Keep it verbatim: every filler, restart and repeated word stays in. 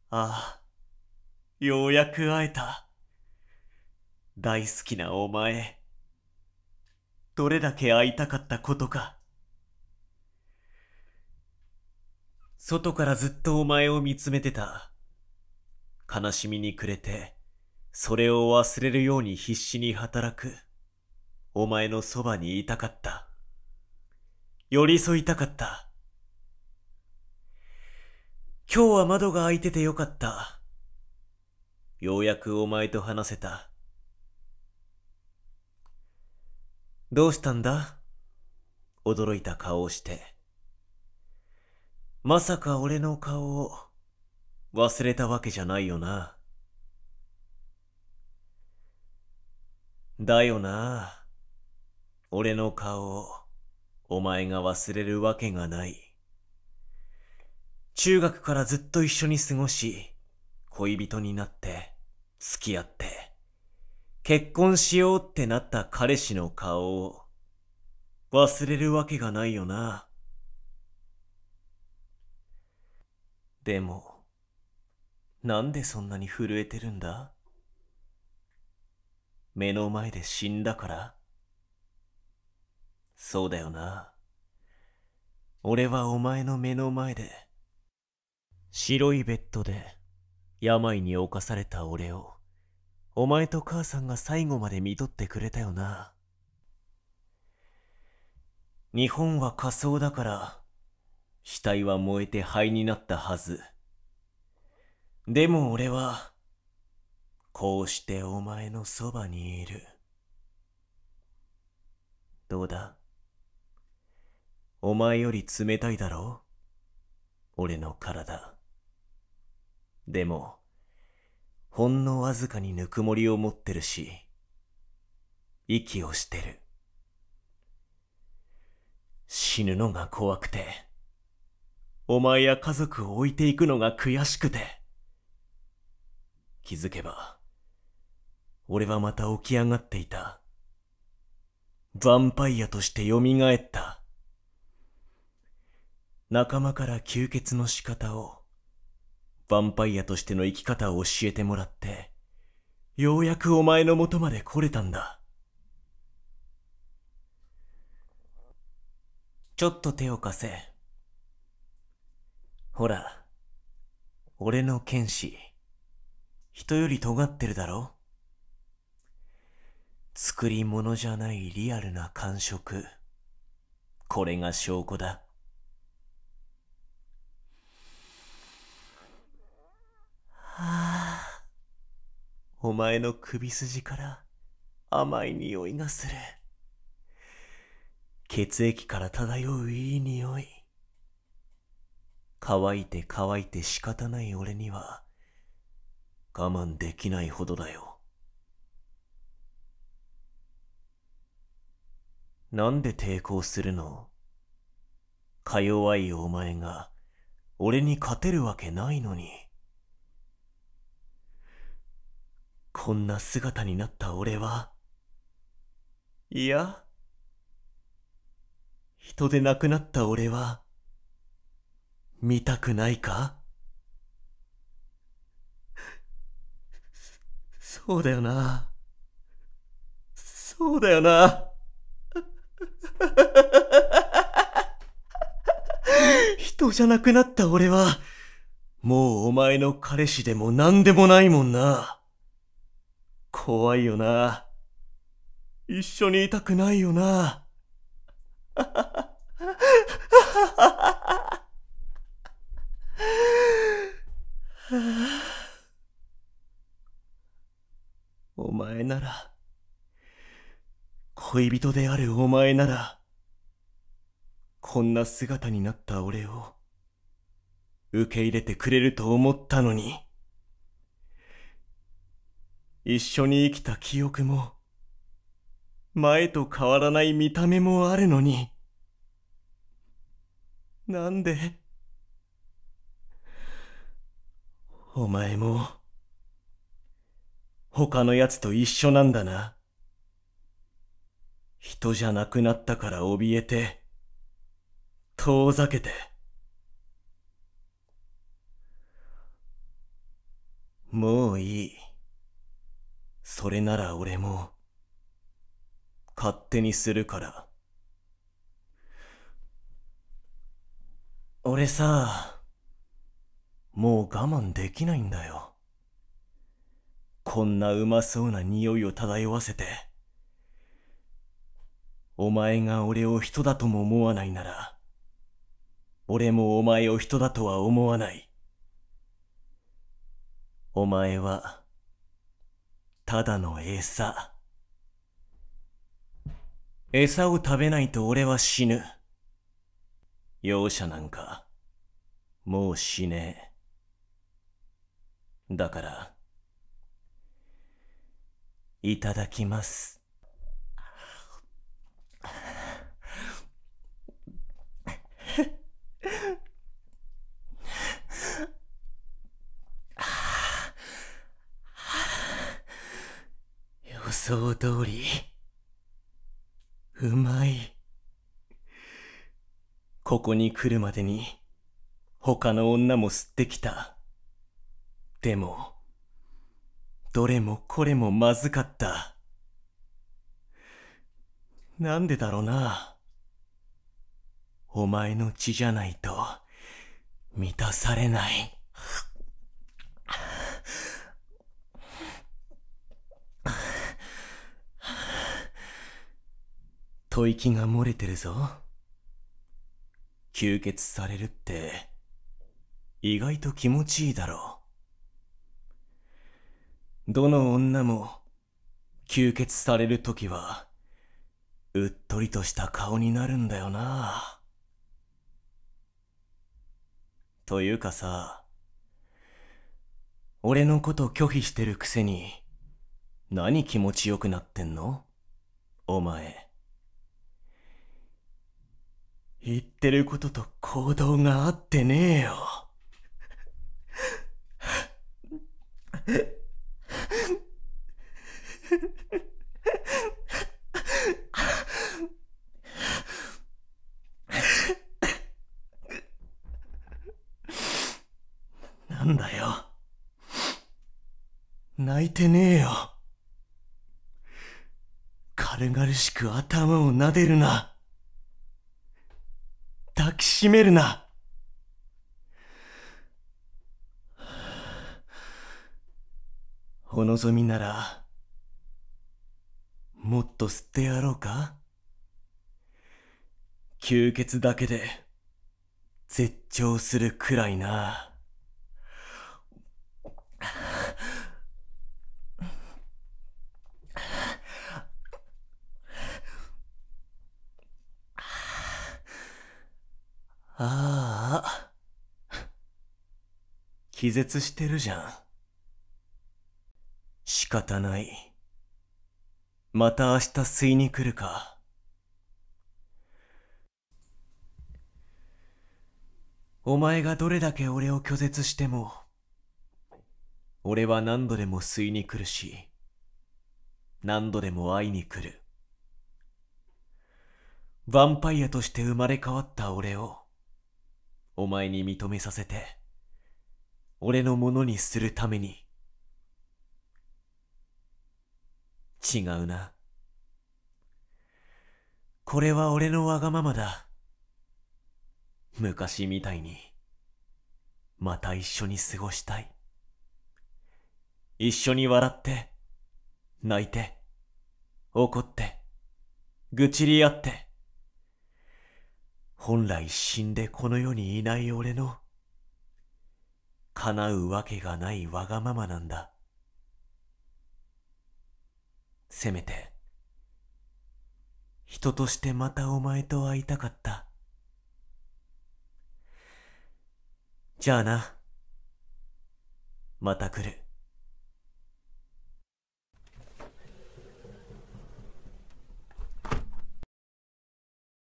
ああ、ようやく会えた。大好きなお前。どれだけ会いたかったことか。外からずっとお前を見つめてた。悲しみに暮れて、それを忘れるように必死に働く。お前のそばにいたかった。寄り添いたかった。今日は窓が開いててよかった。ようやくお前と話せた。どうしたんだ？驚いた顔をして。まさか俺の顔を忘れたわけじゃないよな。だよな。俺の顔をお前が忘れるわけがない。中学からずっと一緒に過ごし、恋人になって、付き合って、結婚しようってなった彼氏の顔を忘れるわけがないよな。でも、なんでそんなに震えてるんだ？目の前で死んだから？そうだよな。俺はお前の目の前で、白いベッドで病に侵された俺を、お前と母さんが最後まで見とってくれたよな。日本は火葬だから、死体は燃えて灰になったはず。でも俺は、こうしてお前のそばにいる。どうだ？お前より冷たいだろう？俺の体。でも、ほんのわずかにぬくもりを持ってるし、息をしてる。死ぬのが怖くて、お前や家族を置いていくのが悔しくて。気づけば、俺はまた起き上がっていた。ヴァンパイアとして蘇った。仲間から吸血の仕方を、ヴァンパイアとしての生き方を教えてもらって、ようやくお前の元まで来れたんだ。ちょっと手を貸せ。ほら、俺の剣士、人より尖ってるだろ？作り物じゃないリアルな感触。これが証拠だ。はあ、お前の首筋から甘い匂いがする。血液から漂ういい匂い。乾いて乾いて仕方ない俺には我慢できないほどだよ。なんで抵抗するの？か弱いお前が俺に勝てるわけないのに。こんな姿になった俺は、いや、人でなくなった俺は、見たくないか？そうだよな。そうだよな。人じゃなくなった俺は、もうお前の彼氏でも何でもないもんな。怖いよな。一緒にいたくないよな。お前なら、恋人であるお前なら、こんな姿になった俺を受け入れてくれると思ったのに、一緒に生きた記憶も、前と変わらない見た目もあるのに、なんで、お前も、他の奴と一緒なんだな。人じゃなくなったから怯えて、遠ざけて。 もういい。それなら俺も、勝手にするから。俺さ、もう我慢できないんだよ。こんなうまそうな匂いを漂わせて。お前が俺を人だとも思わないなら、俺もお前を人だとは思わない。お前は、ただの餌。餌を食べないと俺は死ぬ。容赦なんか、もうしねえ。だから、いただきます。予想通り、うまい。ここに来るまでに、他の女も吸ってきた。でも、どれもこれもまずかった。なんでだろうな。お前の血じゃないと、満たされない。吐息が漏れてるぞ。吸血されるって、意外と気持ちいいだろう。どの女も、吸血されるときは、うっとりとした顔になるんだよな。というかさ、俺のこと拒否してるくせに、何気持ちよくなってんの？お前。言ってることと行動が合ってねえよ。なんだよ。泣いてねえよ。軽々しく頭を撫でるな。抱きしめるな。お望みなら、もっと吸ってやろうか？吸血だけで、絶頂するくらいな。ああ、気絶してるじゃん。仕方ない。また明日吸いに来るか。お前がどれだけ俺を拒絶しても、俺は何度でも吸いに来るし、何度でも会いに来る。ヴァンパイアとして生まれ変わった俺を、お前に認めさせて、俺のものにするために。違うな。これは俺のわがままだ。昔みたいに、また一緒に過ごしたい。一緒に笑って、泣いて、怒って、愚痴り合って。本来死んでこの世にいない俺の、叶うわけがないわがままなんだ。せめて、人としてまたお前と会いたかった。じゃあな。また来る。